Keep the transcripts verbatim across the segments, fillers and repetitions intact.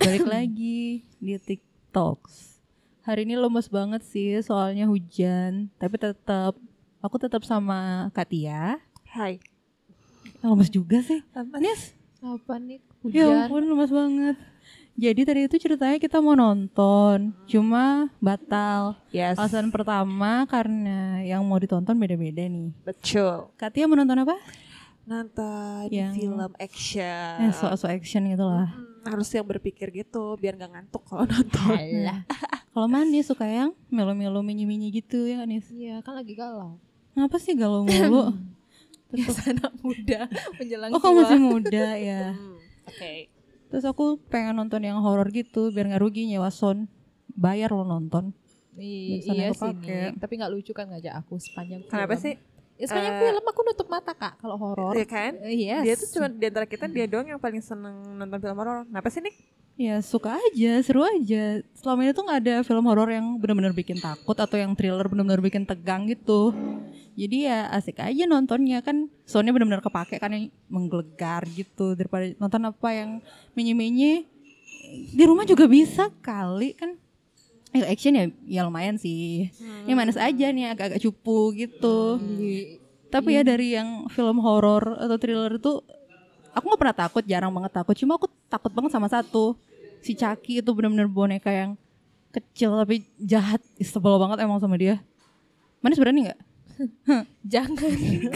Balik lagi di TikTok. Hari ini lemes banget sih soalnya hujan. Tapi tetap aku tetap sama Katia. Hai. Lemes juga sih. Nis. Apa nih Ya hujan? ampun lemes banget. Jadi tadi itu ceritanya kita mau nonton, cuma batal. Yes. Alasan pertama karena yang mau ditonton beda-beda nih. Betul. Katia mau nonton apa? Nonton Yang- film action. Eh, so-so action gitu lah. Hmm, harus yang berpikir gitu biar gak ngantuk kalau nonton. Alah. Kalau Manis suka yang melo-melo minyi-minyi gitu ya Nis. Iya kan lagi galau. Ngapa sih galau mulu? Biasa anak muda menjelang Oh kamu masih muda ya. Hmm, Oke. Okay. Terus aku pengen nonton yang horor gitu biar gak rugi nyewa sound. Bayar lo nonton. I- Biasanya iya aku sih pakai. nih. Tapi gak lucu kan ngajak aku sepanjang film. Kenapa sih? Ya, sepanjang Eh, film aku nutup mata kak kalau horor. Iya kan? Eh, Yes. Dia tuh cuma di antara kita dia doang yang paling seneng nonton film horor. Kenapa sih Nick? Ya suka aja, seru aja. Selama ini tuh gak ada film horor yang benar-benar bikin takut atau yang thriller benar-benar bikin tegang gitu. Jadi ya asik aja nontonnya kan. Soundnya benar-benar kepake kan yang menggelegar gitu daripada nonton apa yang menye-menye. Di rumah juga bisa kali kan. Ya action ya, ya lumayan sih. Hmm. Ini manis aja nih agak-agak cupu gitu. Iya. Tapi ya dari yang film horor atau thriller itu aku nggak pernah takut, jarang banget takut. Cuma aku takut banget sama satu, si Chucky itu benar-benar boneka yang kecil tapi jahat. Ih, sebel banget emang sama dia. Manis berani nggak? Jangan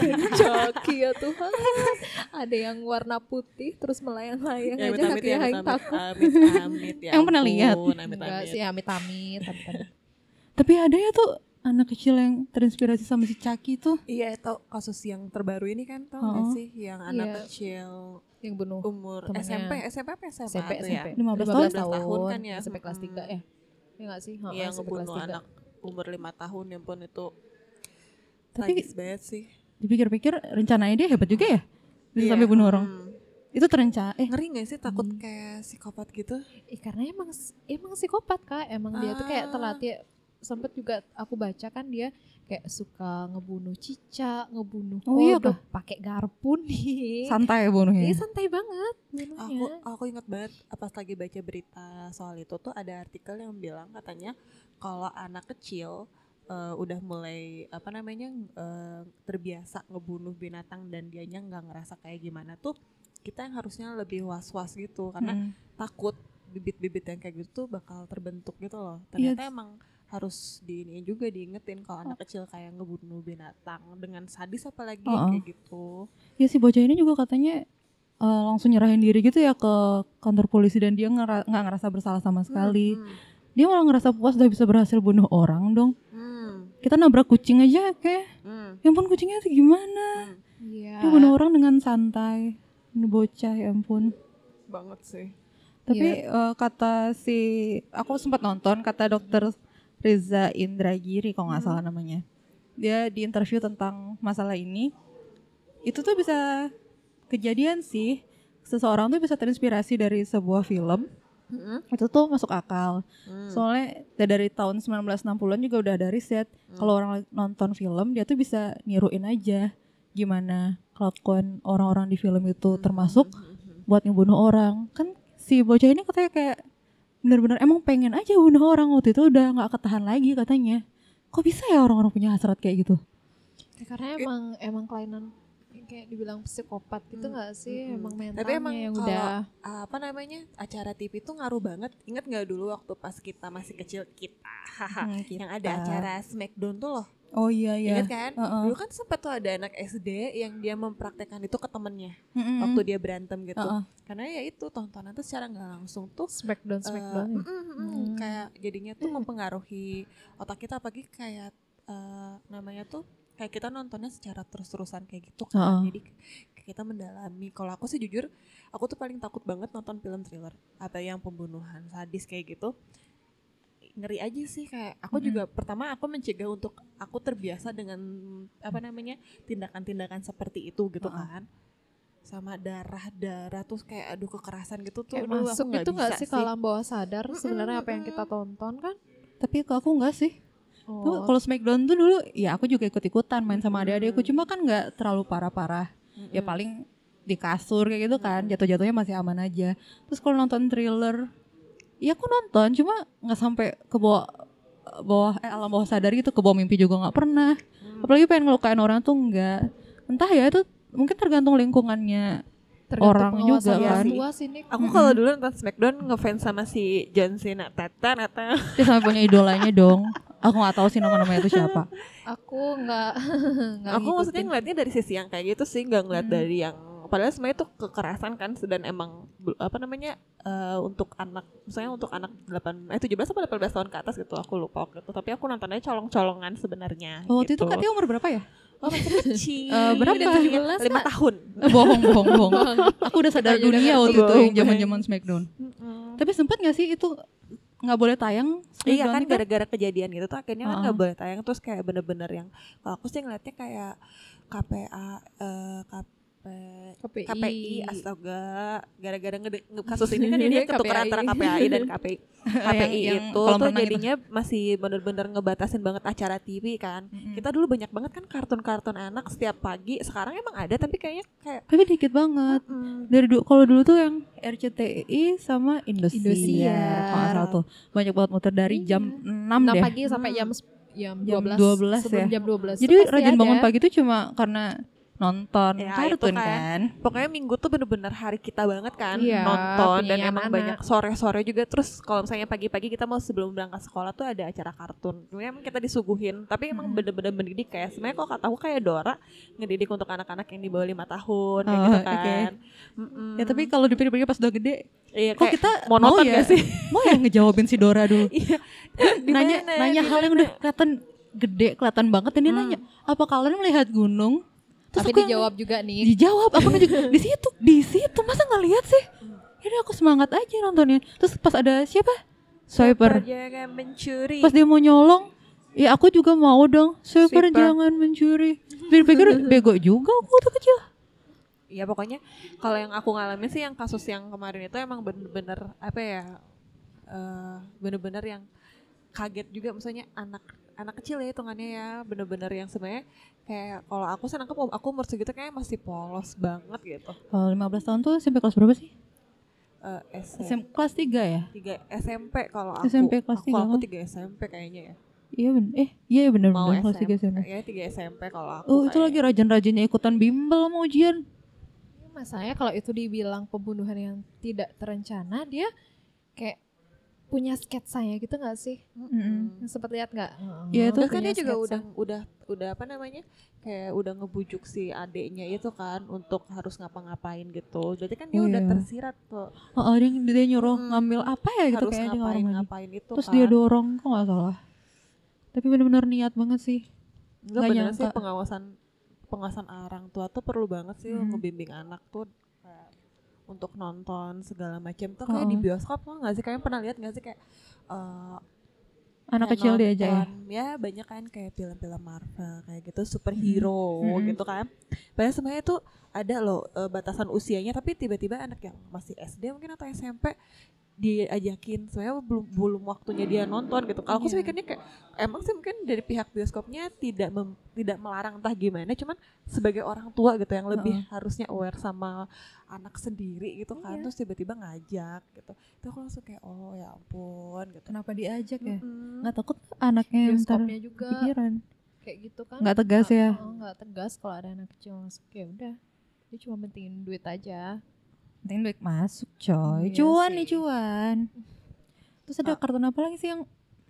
Chucky ya Tuhan. Ada yang warna putih terus melayang-layang aja kaki yang takut. Amit, amit, ya Emang pernah lihat? ampun, amit, Enggak amit. sih amit-amit. amit-amit. Tapi ada ya tuh anak kecil yang terinspirasi sama si Chucky itu. Iya, tau kasus yang terbaru ini kan, tau Oh. gak sih yang anak Iya. kecil Yang bunuh umur temennya. S M P, S M P apa S M A S M P, tuh S M P. ya? lima belas lima belas tahun. tahun kan ya? S M P kelas tiga ya. Iya enggak sih? Heeh, Yang S M P kelas ngebunuh tiga. anak umur lima tahun yang pun itu Tapi tragis banget sih. dipikir-pikir rencananya dia hebat juga ya. Bisa Iya, sampai bunuh orang. hmm. Itu terencana. Eh, Ngeri gak sih takut Hmm. kayak psikopat gitu? Eh, karena emang emang psikopat kak, emang dia tuh kayak Ah. terlatih. Sempet juga aku baca kan dia kayak suka ngebunuh cicak, ngebunuh Oh iya, kodok pakai garpu nih. santai bunuhnya. Iya santai banget Aku bunuhnya. aku ingat banget pas lagi baca berita soal itu tuh ada artikel yang bilang katanya kalau anak kecil uh, udah mulai apa namanya uh, terbiasa ngebunuh binatang dan dianya nggak ngerasa kayak gimana tuh kita yang harusnya lebih was-was gitu karena Mm. takut bibit-bibit yang kayak gitu tuh bakal terbentuk gitu loh. Iya. Ternyata emang harus di ini juga diingetin kalau anak kecil kayak ngebunuh binatang dengan sadis apalagi Oh, oh. kayak gitu. Ya si bocah ini juga katanya eh, langsung nyerahin diri gitu ya ke kantor polisi dan dia ngera- nggak ngerasa bersalah sama sekali. Hmm, Dia malah ngerasa puas udah bisa berhasil bunuh orang dong. hmm, Kita nabrak kucing aja kayak, hmm, ya ampun kucingnya tuh gimana? hmm. Iya. Dia bunuh orang dengan santai. Ini bocah ya ampun. Banget sih. Tapi eh, kata si, aku sempat nonton kata dokter Reza Indragiri kalau nggak salah namanya. Dia di interview tentang masalah ini. Itu tuh bisa kejadian sih. Seseorang tuh bisa terinspirasi dari sebuah film. Mm-mm. Itu tuh masuk akal. Hmm. Soalnya dari tahun sembilan belas enam puluhan juga udah ada riset. Kalau orang nonton film dia tuh bisa niruin aja gimana kelakuan orang-orang di film itu termasuk buat ngebunuh orang. Kan si bocah ini katanya kayak benar-benar emang pengen aja bunuh orang, waktu itu udah nggak ketahan lagi katanya. Kok bisa ya orang-orang punya hasrat kayak gitu? Ya, karena emang emang kelainan kayak dibilang psikopat gitu Hmm, nggak sih? hmm. Emang mentalnya Tapi emang yang kalau udah apa namanya acara T V tuh ngaruh banget. Ingat nggak dulu waktu pas kita masih kecil kita, haha, Hmm, yang kita. ada acara Smackdown tuh loh. Oh iya iya. Ingat kan? Uh-uh. Dulu kan sempat tuh ada anak S D yang dia mempraktekkan itu ke temennya Mm-mm. waktu dia berantem gitu. Uh-uh. Karena ya itu tontonan tuh secara nggak langsung tuh smackdown smackdown. Eh, ya. mm, mm, mm, Hmm. kayak jadinya tuh mempengaruhi otak kita apalagi kayak eh, namanya tuh kayak kita nontonnya secara terus-terusan kayak gitu kan. Uh-uh. Jadi kayak kita mendalami. Kalau aku sih jujur aku tuh paling takut banget nonton film thriller atau yang pembunuhan sadis kayak gitu. Ngeri aja sih kayak aku Mm-mm. juga pertama aku mencegah untuk aku terbiasa dengan apa namanya tindakan-tindakan seperti itu gitu Uh-uh. kan. Sama darah-darah terus kayak aduh kekerasan gitu tuh Kayak aduh, aku masuk nggak itu nggak bisa sih kalau alam bawah sadar Mm-mm, sebenarnya apa yang mm-mm. kita tonton kan? Tapi ke aku enggak sih. Tuh, Oh, kalau Smackdown tuh dulu ya aku juga ikut-ikutan main sama adik-adikku, Hmm. cuma kan nggak terlalu parah-parah. Ya paling di kasur kayak gitu kan, jatuh-jatuhnya masih aman aja. Terus kalau nonton thriller ya aku nonton cuma nggak sampai ke bawah bawah eh, alam bawah sadar gitu, ke bawah mimpi juga nggak pernah. Hmm. Apalagi pengen ngelukain orang tuh enggak. Entah ya itu mungkin tergantung lingkungannya. Tergantung Orang pengawasan juga orang kan. tua sih Nick. Aku kalau dulu nonton Smackdown ngefans sama si John Cena, Tata, Nata. Dia sampai punya idolanya dong. Aku nggak tahu sih nama-namanya itu siapa. Aku nggak nggak Aku maksudnya ngikutin. ngeliatnya dari sisi yang kayak gitu sih, nggak ngeliat Hmm. dari yang padahal sebenarnya itu kekerasan kan, dan emang bel- apa namanya eh, untuk anak, misalnya untuk anak delapan eh tujuh belas atau delapan belas tahun ke atas gitu, aku lupa waktu itu. Tapi aku nontonnya colong-colongan sebenarnya. Oh, waktu itu gitu. Katya umur berapa ya? Oh, masih kecil. Eh, berapa? tujuh belas, lima tahun. Eh, bohong, bohong, bohong. Aku udah sadar Kita juga dunia ngerti. waktu itu Bohong, yang zaman-zaman Smackdown. Mm-mm. Tapi sempat nggak sih itu nggak boleh tayang? Iya Smackdown kan itu? gara-gara kejadian gitu tuh akhirnya kan Uh-uh. nggak boleh tayang, terus kayak bener-bener yang kalau aku sih ngeliatnya kayak K P A eh, K P K P I. K P I astaga, gara-gara ngede- nge- kasus ini kan jadinya ketukeran antara K P A I dan K P I. K P I Yang- yang itu kolam tuh renang itu. jadinya masih bener-bener ngebatasin banget acara T V kan. Mm-mm. Kita dulu banyak banget kan kartun-kartun anak setiap pagi. Sekarang emang ada tapi kayaknya kayak Tapi dikit banget. mm, Dari dulu, kalau dulu tuh yang R C T I sama Indosiar, Indosiar. kalau nggak salah tuh banyak banget muter dari jam enam enam deh. pagi sampai Hmm. jam jam Jam dua belas, dua belas sebelum ya. jam dua belas. Jadi Itu pasti rajin ada. bangun pagi tuh cuma karena nonton Ya, kartun itu kan. kan. pokoknya minggu tuh bener-bener hari kita banget kan Iya, nonton, dan punyanya emang anak-anak. banyak sore-sore juga. Terus kalau misalnya pagi-pagi kita mau sebelum berangkat sekolah tuh ada acara kartun, emang kita disuguhin, tapi emang Hmm. bener-bener mendidik. Kayak sebenarnya kalau kata aku kayak Dora ngedidik untuk anak-anak yang di bawah lima tahun kayak Oh, gitu oke. kan. Mm-mm. Ya tapi kalau dipikir-pikir pas udah gede, iya, kok kayak kita mau nonton ya, gak sih? mau ya ngejawabin si Dora dulu. Iya. nanya Dimana? nanya hal yang Gimana? udah kelihatan gede, kelihatan banget, dan dia Hmm. nanya, apa kalian melihat gunung? Terus Tapi aku yang dijawab juga nih. dijawab, aku nunjuk di situ, di situ, masa nggak lihat sih? Jadi aku semangat aja nontonnya. Terus pas ada siapa? Swiper. Jangan mencuri. Pas dia mau nyolong, ya aku juga mau dong. Swiper, Swiper. jangan mencuri. Pikir-pikir bego juga aku tuh kecil. Iya pokoknya kalau yang aku ngalamin sih yang kasus yang kemarin itu emang bener-bener apa ya, eh, bener-bener yang kaget juga, maksudnya anak anak kecil ya hitungannya ya, bener-bener yang sebenarnya kayak kalau aku sih nangkep aku umur segitu kayak masih polos banget gitu. Kalau lima belas tahun tuh S M P kelas berapa sih? Eh, S S M P kelas tiga ya? tiga S M P kalau aku. S M P kelas aku, tiga aku kan? tiga S M P kayaknya ya. Iya bener. Eh, iya bener Mau bener kelas tiga S M P. Ya tiga S M P kalau aku. Oh, itu lagi kayaknya. rajin-rajinnya ikutan bimbel mau ujian. Masalahnya kalau itu dibilang pembunuhan yang tidak terencana, dia kayak punya sketsanya gitu nggak sih? Mm-mm. Yang sempat lihat nggak? Iya, itu Terus kan punya dia juga sketsa. udah udah udah apa namanya, kayak udah ngebujuk si adeknya itu kan untuk harus ngapa-ngapain gitu. Jadi kan dia Oh, udah iya. tersirat tuh. Oh, dia, dia nyuruh Mm-mm. ngambil apa ya gitu harus kayaknya di kamar ngapain mandi. ngapain itu Terus kan. dia dorong, kok nggak salah. Tapi bener-bener niat banget sih. Enggak, nggak bener nyangka. sih pengawasan pengawasan orang tua tuh perlu banget sih Mm. ngebimbing anak tuh kayak untuk nonton segala macam tuh kayak di Oh. bioskop lo nggak sih, kalian pernah lihat nggak sih kayak eh, Anak kayak kecil dia aja ya. nonton, ya banyak kan kayak film-film Marvel kayak gitu, superhero Mm-mm. gitu kan. Padahal sebenarnya tuh ada loh eh, batasan usianya, tapi tiba-tiba anak yang masih S D mungkin atau S M P diajakin, sebenarnya belum belum waktunya dia nonton gitu. Kalau aku sih Iya. mikirnya kayak emang sih mungkin dari pihak bioskopnya tidak mem- tidak melarang entah gimana, cuman sebagai orang tua gitu yang lebih harusnya aware sama anak sendiri gitu kan, Iya. terus tiba-tiba ngajak gitu. Itu aku langsung kayak oh ya ampun gitu. Kenapa diajak ya? Mm-mm. Nggak takut anaknya yang ntar Bioskopnya juga pikiran. kayak gitu kan? Nggak tegas ya? Oh, nggak tegas kalau ada anak kecil masuk, ya udah. Dia cuma pentingin duit aja. Penting duit masuk coy. Iya Cuan sih. nih cuan. Terus ada Ah. kartun apa lagi sih yang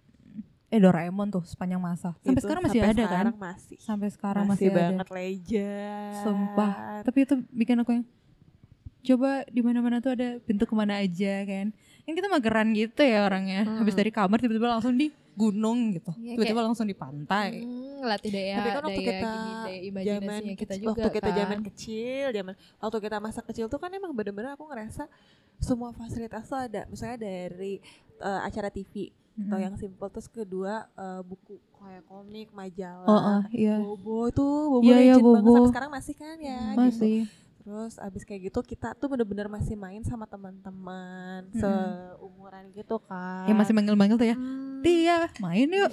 eh Doraemon tuh sepanjang masa. Sampai Itu sekarang masih sampai ada sekarang kan? masih Sampai sekarang masih, masih, ada. banget legend. Sumpah. Tapi itu bikin aku yang coba di mana-mana tuh ada pintu kemana aja kan. Yang kita mageran gitu ya orangnya. Hmm. Habis dari kamar tiba-tiba langsung di gunung gitu. Iya, Tiba-tiba langsung di pantai. Hmm, ngelatih daya, Tapi kan waktu daya kita gini, daya zaman imajinasinya kita kecil- juga waktu kita kan. zaman kecil, zaman waktu kita masa kecil tuh kan emang bener-bener aku ngerasa semua fasilitas tuh ada. Misalnya dari eh, acara T V atau Mm-mm. yang simple, terus kedua eh, buku kayak komik, majalah, Oh, oh, iya. Bobo itu Bobo Iya, iya, legend banget Bobo. sampai sekarang masih kan ya gitu. Masih. Terus abis kayak gitu kita tuh bener-bener masih main sama teman-teman Mm-mm. seumuran gitu kan. Ya masih manggil-manggil tuh ya. Hmm. Tia, main yuk.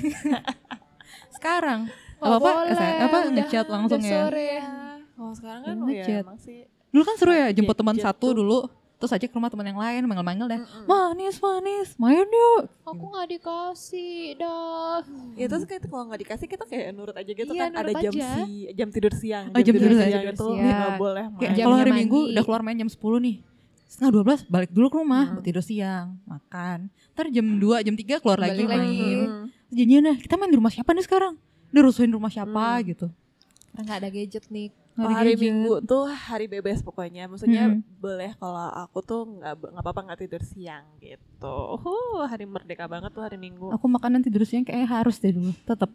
Sekarang Oh, apa boleh, apa, apa udah- ngechat langsung udah ya. sore. Iya. Oh sekarang kan Udah oh ya ngechat. emang sih Dulu kan seru ya jemput Jet- teman jet satu tuh. dulu. terus ajak ke rumah teman yang lain, manggil-manggil deh, Mm-mm. manis manis, main yuk. Aku nggak dikasih dah. Ya terus kayak kalau nggak dikasih kita kayak nurut aja gitu Iya, kan, ada nurut jam aja. si jam tidur siang, Oh, jam tidur siang siang. itu Tidur siang. nggak boleh Kayak main. kalau hari Jamnya Minggu mandi. udah keluar main jam sepuluh nih, setengah dua belas balik dulu ke rumah, Hmm. buat tidur siang, makan. Ntar jam dua, jam tiga keluar lagi Balik lagi. main. Mm. Janjian dah, kita main di rumah siapa nih sekarang? Dirusuhin rumah siapa Hmm. gitu. Karena nggak ada gadget nih. Nggak Oh, ada hari gadget. Minggu tuh hari bebas pokoknya. Maksudnya Mm-mm. boleh kalau aku tuh nggak nggak apa-apa nggak tidur siang gitu. Uh, hari merdeka banget tuh hari Minggu. Aku makanan tidur siang kayaknya harus deh dulu, tetap.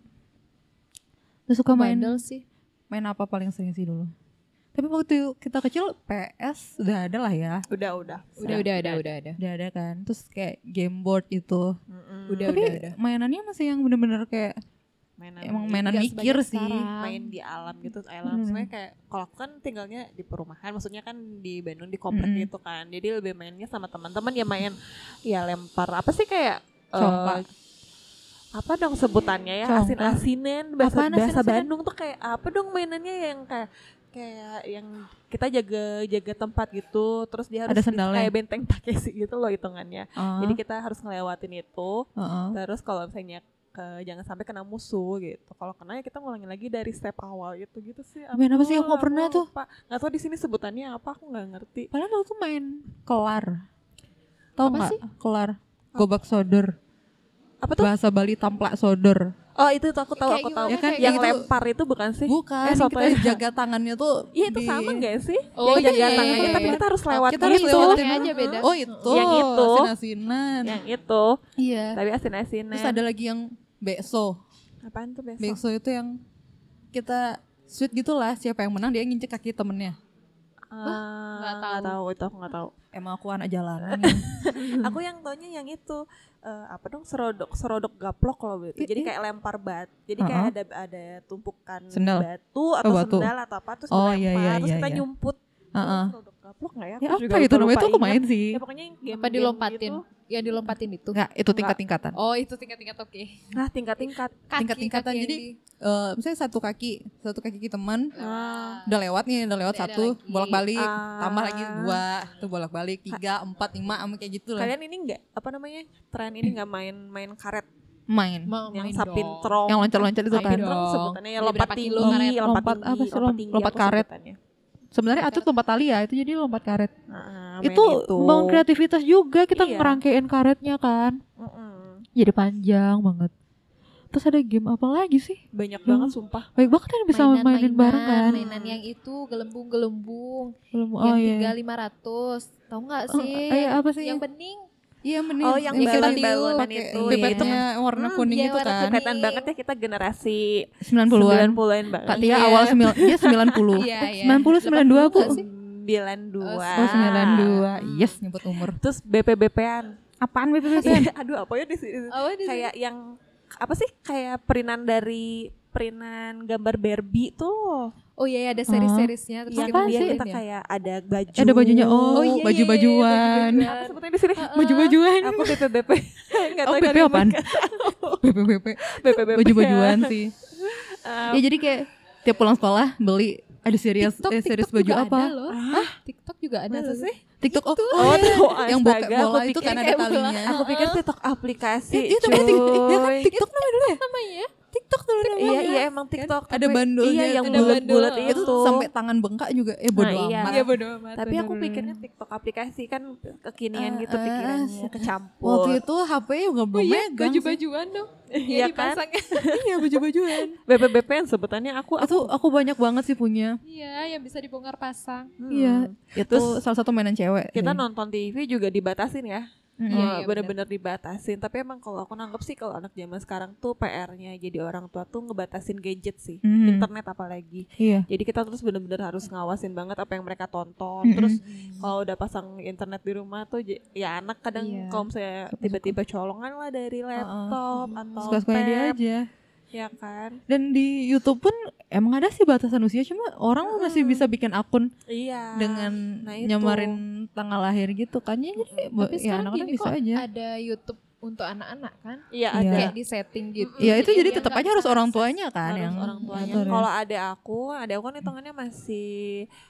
Terus suka Aku main bandel sih. main apa paling sering sih dulu? Tapi waktu kita kecil P S udah ada lah ya, Udah udah. Udah udah ada udah ada. udah ada kan. Terus kayak game board itu. Mm-mm. Udah, Tapi udah, udah. mainannya masih yang bener-bener kayak Mainan emang gitu. mainan Nggak mikir sebanyak sih. sekarang. Main di alam gitu, alam. Hmm. Sebenarnya kayak kalau aku kan tinggalnya di perumahan, maksudnya kan di Bandung di komplek Mm-mm. gitu kan. Jadi lebih mainnya sama teman-teman ya main ya lempar apa sih kayak eh, Congklak. apa dong sebutannya ya, Congklak. asin-asinan bahasa Apaan bahasa asin-asinan? Bandung tuh kayak apa dong mainannya yang kayak kayak yang kita jaga jaga tempat gitu, terus dia harus Ada di- sendalnya? kayak benteng Takeshi gitu loh hitungannya. Oh, Jadi kita harus ngelewatin itu. heeh. Terus kalau misalnya ke, jangan sampai kena musuh gitu. Kalau kena ya kita ngulangin lagi dari step awal gitu gitu sih. Main apa sih? Aku nggak pernah tuh. Lupa. Nggak tahu di sini sebutannya apa, aku nggak ngerti. Padahal dulu tuh main kelar. Tahu Apa nggak? sih? Kelar. Gobak sodor. Apa tuh? Bahasa Bali tamplak sodor. Oh itu tuh aku tahu, Kayak aku tahu. gimana? Ya kan, Yang itu- lempar itu bukan sih? Bukan, Eh, yang soto kita ya. jaga tangannya tuh. Iya itu di- sama gak sih? Oh, yang jaga iya, tangannya, iya, tapi iya. kita harus lewat Kita harus itu. lewatin aja beda. Oh itu. Yang itu. Asin-asinan. Yang itu, Iya. tapi asin-asinan. Terus ada lagi yang bekso. Apaan tuh besok? Bekso itu yang kita sweet gitulah, siapa yang menang dia nginjek kaki temennya. Ah, Nggak nggak tahu itu aku nggak tahu. Emang aku anak jalanan. Aku yang taunya yang itu eh, apa dong serodok serodok gaplok kalau begitu. Jadi I- kayak lempar bat. Jadi kayak ada ada tumpukan Sendal. batu atau Oh, batu. sendal atau apa terus Oh, dilempar iya, iya, terus iya, kita iya. nyumput. Heeh. Itu serodok gaplok nggak ya? Ya Aku apa juga itu namanya lupa tuh aku ingat. main sih. Ya pokoknya yang game, Apa dilompatin? gitu. Ya dilompatin itu. Enggak, itu tingkat-tingkatan. Oh itu tingkat-tingkat oke. Nah tingkat-tingkat. Kaki, Tingkat-tingkatan. kaki yang Jadi di- eh, misalnya satu kaki, satu kaki teman Ah. udah lewat nih, udah lewat Udah ada satu, lagi. bolak-balik, Ah. tambah lagi dua, tuh bolak-balik tiga, empat, lima, sama kayak gitu lah. Kalian ini nggak apa namanya tren ini nggak main main karet Main. Mau yang main sapintrong. Yang loncat-loncat itu Main kan. dong. Sapintrong sebutannya ya Beli lompat berapa tinggi, kilo karet? lompat Lompat tinggi, apa sih, lom- tinggi, lompat apa karet. sebutannya? Sebenarnya atlet lompat tali ya, itu jadi lompat karet. Ah, main Itu bangun kreativitas juga, kita Iya. ngerangkein karetnya kan. Mm-mm. Jadi panjang banget. Terus ada game apa lagi sih? Banyak Hmm. banget sumpah. Baik banget kan bisa Mainan- mainin mainan, bareng kan. Mainan yang itu gelembung-gelembung. Belum, yang oh tiga iya. lima ratus. Tahu nggak Oh, sih? eh, apa sih? Yang bening. Iya bener. Oh, yang kita balon-balonan pakai itu, bebeknya warna Hmm, kuning iya, itu warna kan. kuning. Kelihatan banget ya kita generasi sembilan puluhan. sembilan puluhan banget. Kak Tia Iya. awal sembilan, dia sembilan puluh. Iya, iya. sembilan puluh, sembilan puluh dua aku. delapan puluh nggak sih? sembilan puluh dua. Oh sembilan puluh dua. Yes, nyebut umur. Terus B P B P-an. Apaan B P B P? Aduh, apa ya di sini? Oh, di sini. Kayak yang apa sih? Kayak perinan dari perinan gambar Barbie tuh. Oh iya, iya, ada seri-serisnya. Terus Yang kita dia bikin kita ya. kayak ada baju. Ada bajunya, oh, Oh, iya, iya, baju-bajuan. iya, Apa sebetulnya di sini? Baju-bajuan. Aku B P B P. Enggak Oh, tahu B P dari apaan? mana. B P B P. B P B P. Baju-bajuan sih. Ah, Ya jadi kayak tiap pulang sekolah beli ada series TikTok, eh, series TikTok baju juga apa? ada loh. TikTok juga ada Masa loh. sih? TikTok oh, Oh, oh, iya. tuh, yang astaga, bokep bola aku itu pikir kan ada kayak bola. talinya. Aku pikir TikTok aplikasi. Itu kan TikTok, iya kan cuy. TikTok namanya dulu ya? Namanya? TikTok dulu namanya. Iya iya emang TikTok. Ada tapi- bandulnya Iya itu. yang Ada bulat-bulat bandul. itu. Itu sampai tangan bengkak juga eh bodo Nah, iya. amat. Iya bodo amat. Tapi aku bener-bener. pikirnya TikTok aplikasi kan kekinian Eh, gitu eh, pikirannya kecampur. Waktu itu H P juga belum Oh iya, megang sih. baju-bajuan dong. Iya kan? dipasang. Iya baju-bajuan. B P B P yang sebutannya aku aku Itu aku banyak banget sih punya. Iya, yang bisa dibongkar pasang. Hmm. Iya. Itu Terus salah satu mainan cewek. kita sih. nonton T V juga dibatasin ya. Mm. Iya, Oh, iya, bener-bener dibatasin. Tapi emang kalau aku nanggep sih kalau anak zaman sekarang tuh P R-nya jadi orang tua tuh ngebatasin gadget sih. Mhm. Internet apalagi. Iya. Jadi kita terus bener-bener harus ngawasin banget apa yang mereka tonton. Mm-mm. Terus kalau udah pasang internet di rumah tuh j- ya anak kadang Iya. kalau misalnya tiba-tiba colongan lah dari laptop atau Suka-sukanya dia tab, aja. ya kan? Dan di YouTube pun emang ada sih batasan usia, cuma orang masih bisa bikin akun Iya. dengan nah itu. nyamarin tanggal lahir gitu kan. Ya, jadi Tapi ya sekarang anak-anak gini bisa kok aja. ada YouTube untuk anak-anak kan? Iya Iya. ada. Kayak di setting gitu. Ya itu jadi dia tetap nggak aja harus bisa orang akses. tuanya kan Harus yang orang tuanya. ngatur ya. Kalau ada aku, ada aku kan hitungannya masih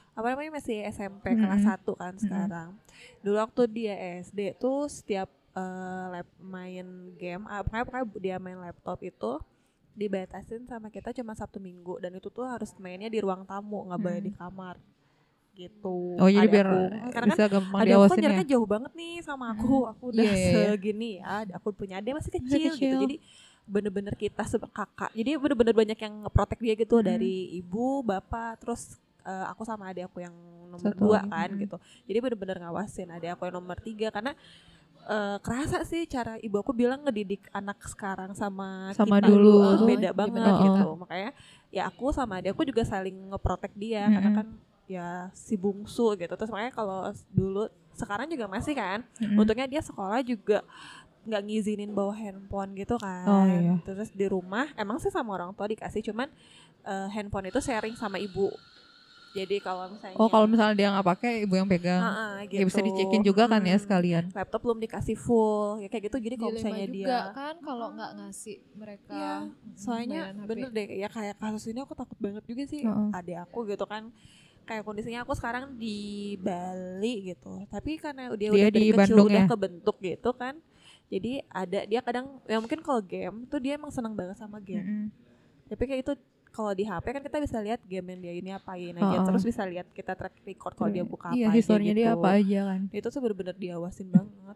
apa namanya masih S M P Mm-mm. kelas satu kan Mm-mm. sekarang. Dulu waktu dia S D tuh setiap uh, lab main game, ah, pokoknya, pokoknya dia main laptop itu dibatasin sama kita cuma Sabtu Minggu, dan itu tuh harus mainnya di ruang tamu, nggak boleh Hmm. di kamar gitu. Oh jadi Adik biar aku, karena kan bisa gampang adik aku kan diawasin ya. jaraknya jauh banget nih sama aku, aku udah Iya, iya, iya. segini ya, aku punya adik masih Masih kecil, gitu, kecil. jadi bener-bener kita sebagai kakak, jadi bener-bener banyak yang ngeprotek dia gitu, Hmm. dari ibu, bapak, terus uh, aku sama adik aku yang nomor Satu dua lagi. kan Hmm. gitu, jadi bener-bener ngawasin adik aku yang nomor tiga, karena Uh, kerasa sih cara ibu aku bilang ngedidik anak sekarang sama, Sama kita dulu tuh tuh beda banget gimana gitu. kita. Makanya ya aku sama adik aku juga saling ngeprotek dia, Mm-mm. karena kan ya si bungsu gitu. Terus makanya kalau dulu, sekarang juga masih kan, Mm-mm. untungnya dia sekolah juga nggak ngizinin bawa handphone gitu kan. Oh, iya. Terus di rumah emang sih sama orang tua dikasih, cuman uh, handphone itu sharing sama ibu. Jadi kalau misalnya Oh kalau misalnya dia nggak pakai ibu yang pegang, uh-uh, ya bisa gitu. dicekin juga kan ya Mm-mm. sekalian. Laptop belum dikasih full, ya kayak gitu. Jadi kalau Dilema misalnya juga dia kan kalau nggak ngasih mereka. Iya, soalnya mainan H P. bener deh ya, kayak kasus ini aku takut banget juga sih. Heeh. Adik aku gitu kan, kayak kondisinya aku sekarang di Bali gitu, tapi karena dia, Dia udah di dari kecil Bandung udah ya? kebentuk gitu kan, jadi ada dia kadang ya mungkin kalau game tuh dia emang seneng banget sama game. Mm-mm. Tapi kayak itu kalau di H P kan kita bisa lihat game yang dia ini apain aja, Heeh. terus bisa lihat kita track record kalau dia buka Iya apa aja historinya gitu. dia apa aja kan. Itu tuh bener-bener diawasin banget.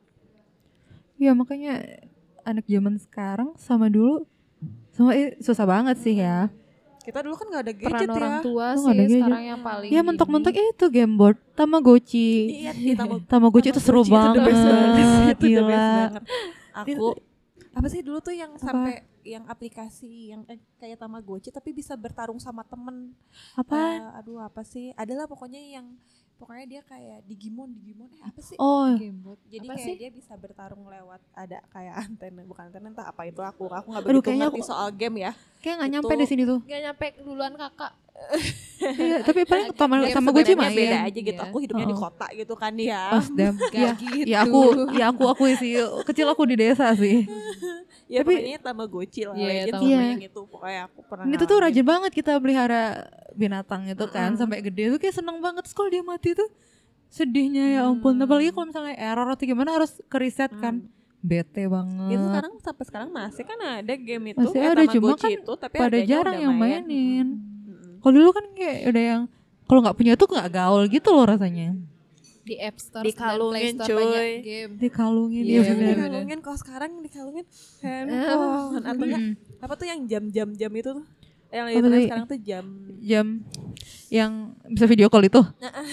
Iya makanya anak zaman sekarang sama dulu sama eh, susah banget sih ya. Kita dulu kan nggak ada Peran gadget orang ya. tua Lu sih nggak ada gadget. sekarang yang paling Ya ini. mentok-mentok itu game board Tamagotchi. Iya, iya, Tamagotchi. Tamagotchi itu seru Tamagotchi itu the best banget. banget sih, itu the best Gila. banget. Aku apa sih dulu tuh yang Apa? sampai yang aplikasi yang eh, kayak Tamagotchi tapi bisa bertarung sama temen. Apa? Eh, aduh apa sih? Adalah pokoknya yang pokoknya dia kayak Digimon, Digimon eh apa sih? Oh, Gamebot. Jadi Apa kayak sih? dia bisa bertarung lewat ada kayak antena, bukan antena, entah apa itu, aku aku nggak Aduh, begitu kayaknya ngerti aku- soal game ya. kayak nggak Itu- nyampe di sini tuh. Gak nyampe duluan kakak. Iya, tapi paling Agak- Tama- Game Tamagotchi Sebenarnya main. beda aja gitu. Iya. Aku hidupnya di Oh. kota gitu kan dia. Pas dem. Gak Ya, gitu. ya aku, ya aku aku sih kecil aku di desa sih. Ya Tapi- pokoknya Tamagotchi lah, Iya, Legends Tamagotchi. sama Iya. yang itu pokoknya aku pernah. Itu tuh ngalamin. rajin banget kita pelihara binatang itu kan Mm-mm. sampai gede tuh kayak seneng banget. Terus kalau dia mati tuh sedihnya ya ampun. Hmm. Apalagi kalau misalnya error atau gimana harus ke reset kan. Hmm. Bete banget. Itu sekarang sampai sekarang masih kan ada game itu, Masih kayak ada, cuma Tamagotchi kan itu, tapi pada harganya jarang udah yang main. mainin. Mm-mm. Kalau dulu kan kayak udah yang kalau nggak punya tuh nggak gaul gitu loh rasanya. Di App Store dan Dikalungin, Play Store cuy. banyak game. Dikalungin Iya, dia Iya, bener. dikalungin. Kalau sekarang dikalungin handphone atau enggak Mm-mm. apa tuh yang jam-jam-jam itu tuh, yang lagi Apa tren tadi? sekarang tuh jam. Jam yang bisa video call itu.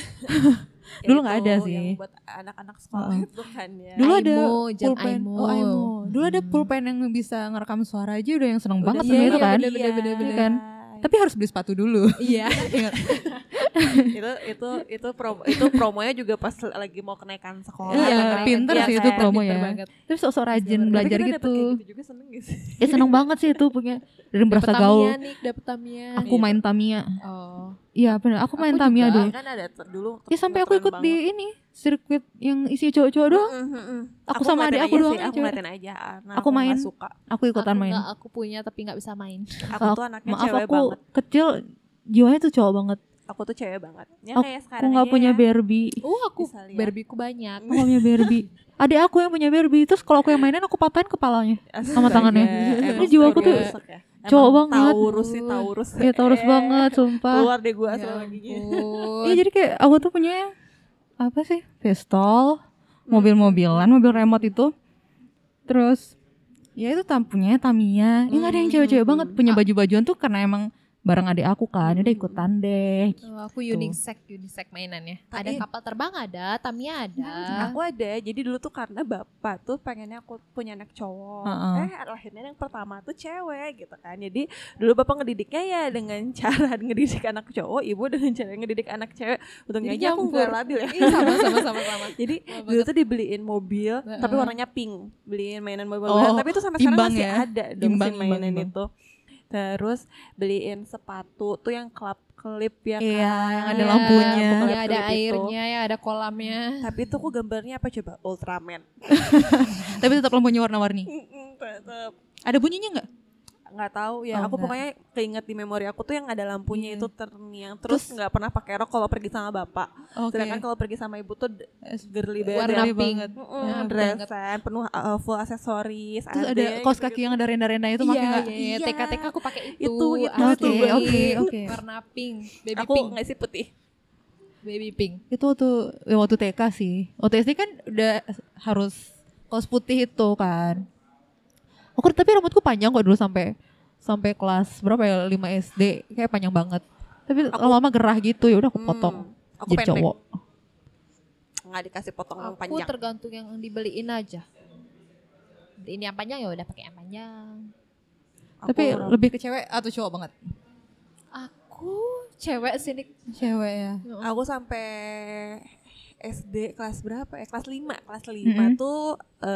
Ya Dulu itu, nggak ada sih. yang buat anak-anak sekolah Oh. itu kan ya. Dulu ada Aimo, jam pulpen. Aimo. Oh, Aimo. Dulu ada pulpen yang bisa ngerekam suara aja udah yang seneng banget Udah, sama iya, itu iya, kan. bener, bener, bener, Iya bener. kan? Tapi harus beli sepatu dulu. Iya. Ingat. itu itu itu promo itu promonya juga pas lagi mau kenaikan sekolah. Iya, atau kenaikan pinter kelas sih itu kan. promo pinter ya. banget. Terus sok-sok rajin Tapi belajar kita dapet gitu. kayak gitu juga seneng gak sih? Ya seneng banget sih itu punya dan berasa Dapet gaul. Tamiya nih, dapet Tamiya. Aku main Tamiya. Oh. Iya benar, aku main Aku Tamiya juga. dulu. Kan ada ter- dulu. Ya sampai aku ngetren ikut di banget. ini sirkuit yang isi cowok-cowok doang. Mm, mm, mm. Aku sama ngeliatin adik aku aja doang sih, aku aja. ngeliatin aja. Nah, Aku nggak main. suka. Aku ikutan Aku main. nggak, aku punya tapi nggak bisa main. Aku tuh anaknya Maaf cewek aku banget. kecil jiwanya tuh cowok banget. Aku tuh cewek banget. Ya Aku- kayak Aku sekarang nggak aja punya ya. Barbie. Uh, aku Bisa lihat. Barbie-ku banyak. Aku nggak punya Barbie. Adik aku yang punya Barbie. Terus kalau aku yang mainin aku patahin kepalanya. sama Astaga, tangannya. emang Ini jiwaku tuh rusak ya. cowok Emang banget. Taurus sih, Taurus. Ya Taurus Eh, banget sumpah. Keluar deh gue Ya astrologinya. ampun. Iya jadi kayak aku tuh punya apa sih? Pistol, mobil-mobilan, mobil remote itu. Terus ya itu tam punya Tamiya. Ya nggak ada yang cewek-cewek banget punya baju-bajuan tuh karena emang bareng adik aku kan. Udah ikutan deh. Oh, aku unisex, unisex mainannya. Ada Tapi- kapal terbang ada, Tamiya ada. Aku ada, jadi dulu tuh karena bapak tuh pengennya aku punya anak cowok. Heeh. Eh lahirnya yang pertama tuh cewek gitu kan. Jadi dulu bapak ngedidiknya ya dengan cara ngedidik anak cowok, ibu dengan cara ngedidik anak cewek. Untungnya Jadi aja aku nyampur. gak labil ya. Ih, sama sama sama sama. Jadi Sama dulu tuh dibeliin mobil, Heeh. tapi warnanya pink. Beliin mainan mobil, Oh, tapi itu sampai sekarang imbang masih ya. ada dong Imbang, si mainan imbang, imbang. itu. Terus beliin sepatu tuh yang klap klip ya kan. Iya, yang ada Iya, lampunya. pokoknya ada Klip-klip itu. airnya, ya ada kolamnya. Tapi itu aku gambarnya apa coba? Ultraman. Tapi tetap lampunya warna-warni. Mm-mm, tetep. Ada bunyinya nggak? nggak tahu ya. Oh, aku enggak. pokoknya keinget di memori aku tuh yang ada lampunya Iya. itu terngiang. Terus Terus- nggak pernah pakai rok kalau pergi sama bapak. Oke. Sedangkan kalau pergi sama ibu tuh d- girly banget. Warna ya. pink. Mm-mm, Warna dressan penuh uh, full aksesoris. Terus ada kaos kaki yang ada renda-renda itu pakai Iya, nggak? iya, iya. Iya. T K T K aku pakai itu. Itu, itu, asli. itu, oke, oke. Warna pink, baby Aku pink, nggak sih putih. baby pink. Itu waktu ya waktu T K sih. Waktu S D kan udah harus kaos putih itu kan. Aku tapi rambutku panjang kok dulu sampai sampai kelas berapa ya lima S D kayak panjang banget. Tapi Aku- lama-lama gerah gitu ya udah aku Hmm, potong aku jadi pendek. cowok. Nggak dikasih potong yang Aku panjang. tergantung yang dibeliin aja. Ini yang panjang ya udah pakai yang panjang. Tapi Aku- lebih ke cewek atau cowok banget? Aku cewek sini. Cewek ya. Aku sampai S D kelas berapa ya? Kelas lima. Kelas lima Mm-mm. tuh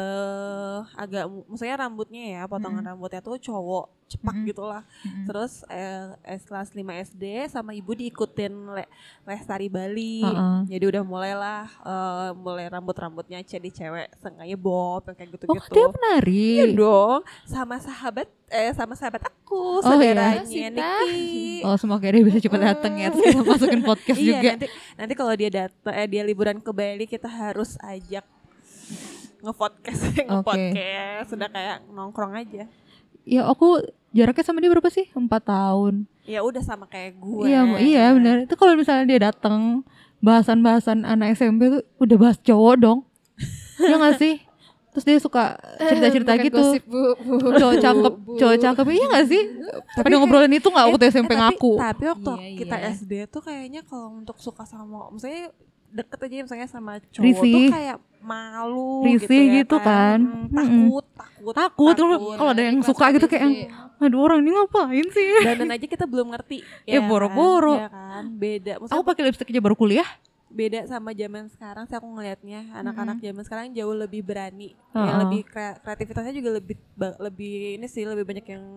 eh agak mu- maksudnya rambutnya ya, potongan Mm-mm. rambutnya tuh cowok, cepak Mm-mm. gitu lah. Mm-mm. Terus eh, S kelas lima S D sama ibu diikutin le- les tari Bali. Heeh. Jadi udah mulailah eh, mulai rambut-rambutnya jadi cewek, sengaja bob yang kayak Oh gitu-gitu. dia penari. Iya dong, sama sahabat eh sama sahabat aku, Oh, iya. saudaranya Sita. Niki. Oh semoga dia bisa cepat datang ya. Terus kita masukin podcast Iya, juga. nanti nanti kalau dia datang eh dia liburan ke Bali kita harus ajak nge-podcast, nge-podcast, sudah kayak nongkrong aja. Ya aku jaraknya sama dia berapa sih? Empat tahun. Ya udah sama kayak gue. Iya, iya benar. Itu kalau misalnya dia datang bahasan-bahasan anak S M P tuh udah bahas cowok dong. Iya gak sih? Terus dia suka cerita-cerita Bukan gitu. gosip, Bu, bu. Cowok cakep, Bu. cowok cakep. Iya gak sih? Pada ngobrolin itu gak waktu S M P Eh, tapi, ngaku? Tapi waktu Iya, kita iya. S D tuh kayaknya kalau untuk suka sama, misalnya deket aja misalnya sama cowok Risih. tuh kayak malu Risih gitu, ya gitu kan. Hmm, Mm-mm. takut, takut, Takut, lu kalau ada Iya, yang di kelas suka gitu S D. kayak yang, aduh orang ini ngapain sih? Dan aja kita belum ngerti. Ya, boro-boro. Kan? Ya kan, beda. Aku Maksudnya pakai lipstick aja baru kuliah. beda sama zaman sekarang sih aku ngelihatnya. Anak-anak zaman sekarang jauh lebih berani. Ya, Uh-uh. lebih kre- kreativitasnya juga lebih ba- lebih ini sih lebih banyak yang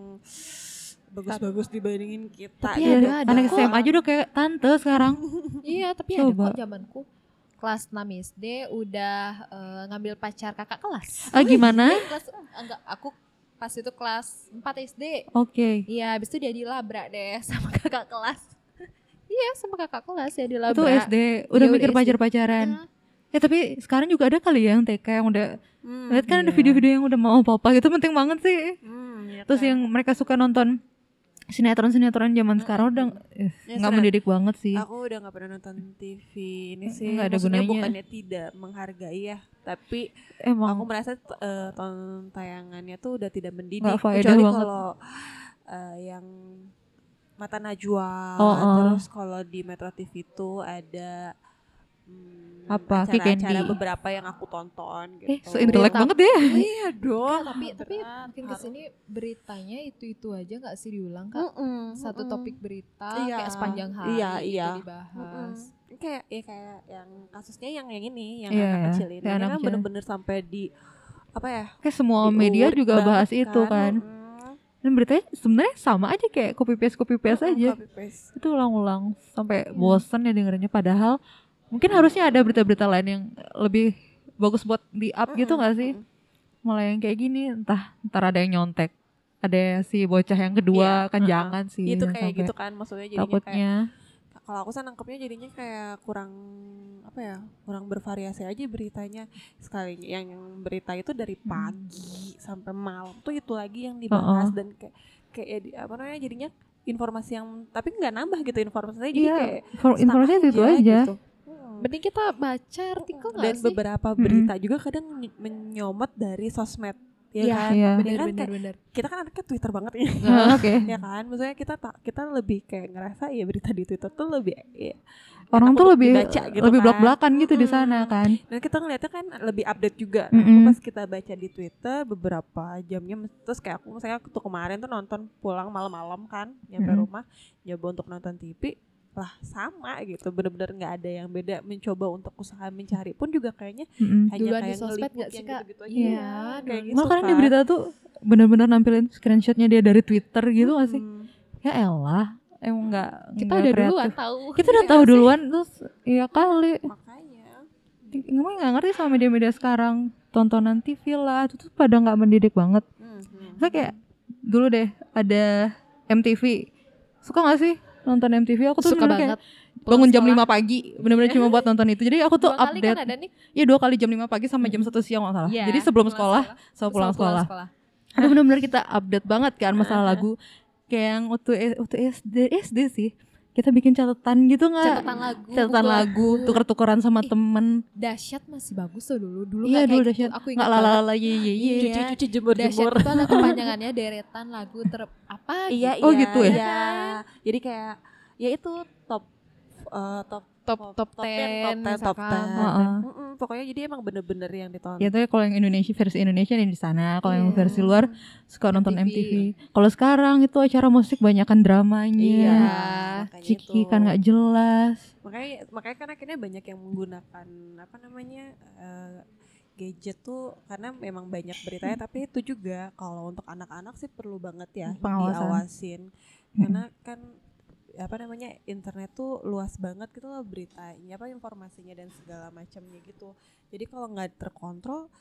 bagus-bagus dibandingin kita. Tapi Iya, ada, ada anak kok. S M A aja udah kayak tante sekarang. Iya, tapi Coba. ada kok zamanku. Kelas enam S D udah eh, ngambil pacar kakak kelas. Ah gimana? Kelas enggak, aku pas itu kelas empat S D. Oke. Iya, habis itu dia dilabrak deh sama kakak kelas. Iya, sama kakak kelas ya dilabrak. Itu S D udah Iya, mikir udah S D. pacar-pacaran. Ah, Ya tapi sekarang juga ada kali ya yang T K yang udah Hmm, lihat kan ada iya. video-video yang udah mau apa-apa gitu penting banget sih. hmm, ya Terus kan. yang mereka suka nonton sinetron-sinetron zaman sekarang udah eh, Ya, nggak sudah. mendidik banget sih. Aku udah nggak pernah nonton T V ini sih. Nggak ada Maksudnya gunanya. bukannya tidak menghargai ya, tapi Emang aku merasa eh, ton tayangannya tuh udah tidak mendidik. Nggak faedah Kecuali banget. kalau eh, yang Mata Najwa, Oh, oh. terus kalau di Metro T V itu ada hmm, Apa, Ki acara-acara Candy? beberapa yang aku tonton gitu. eh so intelek Berita. banget ya. Iya dong. tapi tapi berat, makin harus. kesini beritanya itu itu aja nggak sih diulang kak? Mm-mm, Satu mm-mm. topik berita Iya. kayak sepanjang hari Iya, gitu iya. dibahas. Mm-mm. Kayak ya kayak yang kasusnya yang yang ini, yang Iya, anak kecil ini, kayak ini anak kan kecil. bener-bener sampai di apa ya? Kayak semua di media ulik juga banget bahas itu kan. Mm-mm. Dan beritanya sebenarnya sama aja kayak copy paste copy paste Mm-mm, aja. copy paste. Itu ulang-ulang sampai bosen ya dengernya padahal mungkin harusnya ada berita-berita lain yang lebih bagus buat di up gitu Mm-mm, nggak sih? mm-mm. Mulai yang kayak gini entah ntar ada yang nyontek, ada si bocah yang kedua Iya, kan uh-uh. jangan sih. Itu jangan kayak sampai gitu kan, maksudnya jadinya kayak takutnya. kalau aku sih nangkepnya jadinya kayak kurang apa ya, kurang bervariasi aja beritanya. Sekalinya yang, yang berita itu dari pagi sampai malam tuh itu lagi yang dibahas. Uh-uh. Dan kayak kayak ya di- apa namanya jadinya informasi yang tapi nggak nambah gitu informasinya, jadi Iya, kayak for- stuck informasinya itu aja. gitu. Hmm. Mending kita baca artikel nggak Dan sih? beberapa berita juga kadang ny- menyomot dari sosmed, ya Iya, kan? Iya. Ya bener kan, bener kayak bener. kita kan anaknya Twitter banget ya. Ah, Oke. Ya kan, maksudnya kita tak kita lebih kayak ngerasa ya berita di Twitter tuh lebih ya, Orang enak tuh untuk lebih dibaca gitu lebih kan. blak-blakan gitu di Mm-mm. sana kan. Dan kita ngeliatnya kan lebih update juga. Nah, Mm-mm. pas kita baca di Twitter beberapa jamnya, terus kayak aku misalnya tuh kemarin tuh nonton pulang malam-malam kan, nyampe Mm-mm. rumah nyoba untuk nonton T V, lah sama gitu, bener-bener nggak ada yang beda. Mencoba untuk usaha mencari pun juga kayaknya Mm-mm. hanya Duluan kayak di sosmed ngeliput nggak sih, yang Kak? gitu-gitu aja. Iya, Iya, kayak gitu Malah kan di kan. berita tuh benar-benar nampilin screenshotnya dia dari Twitter gitu gak sih? Hmm. Ya elah, emang nggak Kita nggak udah kreatif. duluan tahu. Kita udah tahu duluan terus ya kali. Makanya Emang nggak ngerti sama media-media sekarang, tontonan T V lah itu tuh pada nggak mendidik banget. hmm, hmm. Saya kayak dulu deh ada M T V. Suka gak sih nonton M T V? Aku tuh Suka bener-bener banget. kayak bangun jam Pulang lima pagi, bener-bener cuma buat nonton itu. Jadi aku tuh Dua kali update. kan ada nih. Iya dua kali jam lima pagi sampai jam satu siang nggak salah. Iya, Jadi sebelum pulang sekolah, sama pulang sekolah. Itu bener-bener kita update banget kan masalah lagu. Kayak yang waktu waktu S D S D sih. Kita bikin catatan gitu nggak? Catatan lagu. Catatan buku lagu, tuker-tukeran sama temen. Dahsyat masih bagus tuh dulu. Dulu Iya nggak dulu kayak dahsyat. gitu. Aku Nggak ingat banget. lala ye ye ye. Cuci-cuci jemur-jemur. Dahsyat itu ada kepanjangannya deretan lagu ter apa Iya, Oh, iya, gitu ya? iya. Jadi kayak ya itu top eh, top top top top ten, ten, top misalkan. ten. Heeh. Mm-mm, pokoknya jadi emang bener-bener yang ditonton. Ya tuh kalau yang Indonesia versi Indonesia yang di sana, kalau yang Iya. versi luar suka nonton M T V. M T V. Kalau sekarang itu acara musik banyakan dramanya. Iya. makanya Ciki itu. kan nggak jelas. Makanya makanya kan akhirnya banyak yang menggunakan apa namanya eh, gadget tuh karena memang banyak beritanya, tapi itu juga kalau untuk anak-anak sih perlu banget ya Pengawasan. diawasin. Karena kan apa namanya internet tuh luas banget gitu loh beritanya, apa informasinya dan segala macamnya gitu. Jadi kalau nggak terkontrol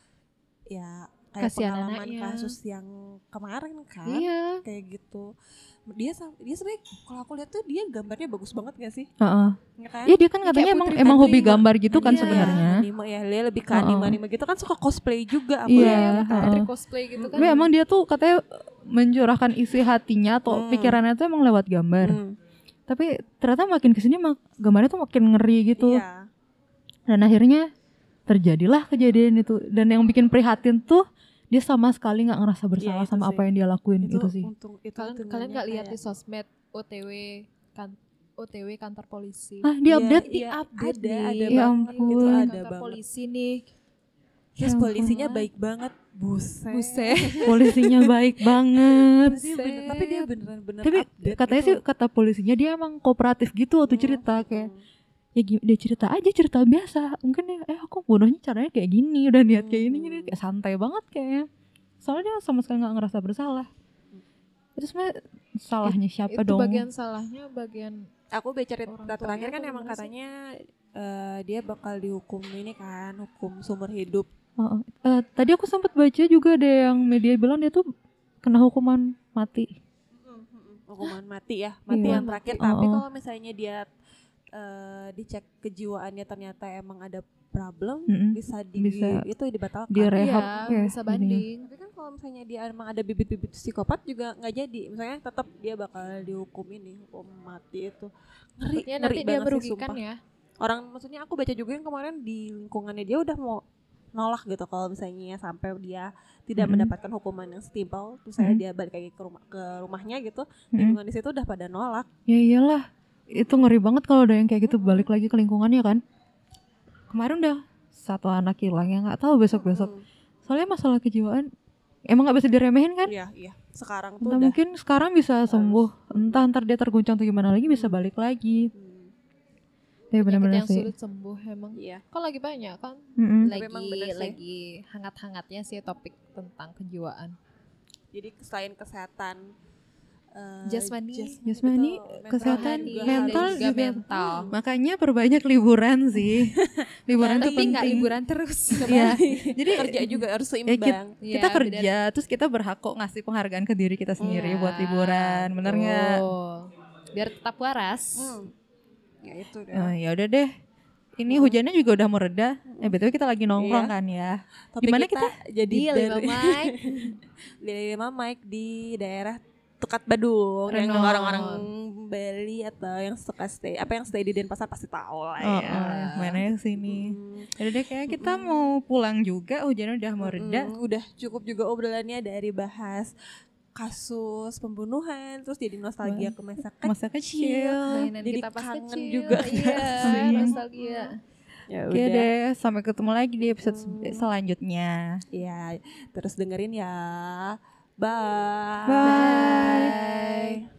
ya kayak Kasihan pengalaman anaknya. kasus yang kemarin kan Iya. kayak gitu. Dia sam- dia sebenarnya kalau aku lihat tuh dia gambarnya bagus banget gak sih? Heeh. Ya kan? Iya dia kan katanya Kayak emang Putri emang hobi Anima. gambar gitu kan Iya, sebenarnya. Anime ya, dia lebih ke Heeh. anime-anime gitu kan, suka cosplay juga aku Iya, lihat. heeh. Putri cosplay gitu kan. Tapi emang dia tuh katanya mencurahkan isi hatinya atau Hmm. pikirannya tuh emang lewat gambar. Hmm, Tapi ternyata makin kesini mak- gambarnya tuh makin ngeri gitu. Iya. Dan akhirnya terjadilah kejadian itu. Dan yang bikin prihatin tuh dia sama sekali nggak ngerasa bersalah itu sama sih. apa yang dia lakuin Itu, itu sih. untung itu Kalian dengannya kalian nggak lihat kayak- di sosmed O T W kan O T W kantor polisi. Ah dia Iya, update. iya, Update ada, nih. ada Ya banget. ampun. Itu ada kantor banget. polisi nih. Terus Ya polisinya ampun. baik banget. Buset. Buset. Polisinya baik banget. Dia bener- tapi dia beneran-bener Tapi update katanya gitu. sih kata polisinya dia emang kooperatif gitu waktu Hmm, cerita kayak hmm. ya gi- dia cerita aja cerita biasa. Mungkin dia eh aku bunuhnya caranya kayak gini, udah niat kayak gini gini Hmm. kayak santai banget kayaknya. Soalnya dia sama sekali nggak ngerasa bersalah. Itu sebenarnya salahnya siapa Itu dong? bagian salahnya bagian Aku baca cerita Orang tuanya terakhir kan atau emang gimana sih? katanya eh, dia bakal dihukum ini kan, hukum seumur hidup. Heeh. Eh, tadi aku sempat baca juga ada yang media bilang dia tuh kena hukuman mati. Hukuman mati ya, mati Iya. yang terakhir. Mati. Tapi Oh, oh. kalau misalnya dia eh, dicek kejiwaannya ternyata emang ada problem, Mm-mm. bisa di Bisa itu dibatalkan. di rehab iya, ya, bisa jadinya. banding. Tapi kan kalau misalnya dia emang ada bibit-bibit psikopat juga nggak jadi. Misalnya tetap dia bakal dihukum ini, hukum mati itu. Ngeri, Ya ngeri nanti dia banget sih, merugikan sumpah. ya. Orang maksudnya aku baca juga yang kemarin di lingkungannya dia udah mau nolak gitu kalau misalnya sampai dia tidak Mm-mm. mendapatkan hukuman yang setimpal, terus saya Mm-mm. dia balik lagi ke rumah ke rumahnya gitu, Mm-mm. lingkungan di situ udah pada nolak. Ya iyalah, itu ngeri banget kalau ada yang kayak gitu balik lagi ke lingkungannya kan. Kemarin udah satu anak hilang ya nggak tahu besok-besok. Hmm, Soalnya masalah kejiwaan emang nggak bisa diremehin kan? Iya, iya. Sekarang tuh Entah udah mungkin sekarang bisa sembuh, entah ntar dia terguncang atau gimana lagi bisa balik lagi. hmm, Ya Penyakit benar-benar yang sih. sulit sembuh emang. iya. Kok lagi banyak kan? Mm-mm. Tapi emang Lagi bener sih. lagi hangat-hangatnya sih topik tentang kejiwaan. Jadi selain kesehatan eh, Jasmani. jas- Jasmani, betul, mental kesehatan, juga mental harus- dan juga juga. mental. Makanya perbanyak liburan sih. Liburan tuh Tapi nggak penting. liburan terus. Iya. Jadi kerja juga harus ya, kita, seimbang. kita Iya, kerja terus kita berhak kok ngasih penghargaan ke diri kita sendiri Iya, buat liburan, bener nggak? betul. Biar tetap waras. Hmm. Ya itu deh. Eh, ya udah deh. Ini hujannya juga udah mau reda. Eh betul kita lagi nongkrong Iya. kan ya. Topik Gimana kita, jadi Di lima dari mic. di lima mic di daerah Tukat Badung yang Renon. orang-orang Bali atau yang suka stay apa yang stay di Denpasar pasti tahu lah Oh, ya. oh, mainnya ke sini. Hmm. Yaudah deh kayak kita mau pulang juga. Hujannya udah mau reda. Mm, udah cukup juga obrolannya dari bahas kasus pembunuhan terus jadi nostalgia ke masa kecil. Masa kecil. Mainan Jadi kita pas kangen kecil. juga. Iya, Iya. nostalgia. Ya Oke udah. deh, sampai ketemu lagi di episode Hmm. selanjutnya. Ya, terus dengerin ya. Bye. Bye. Bye.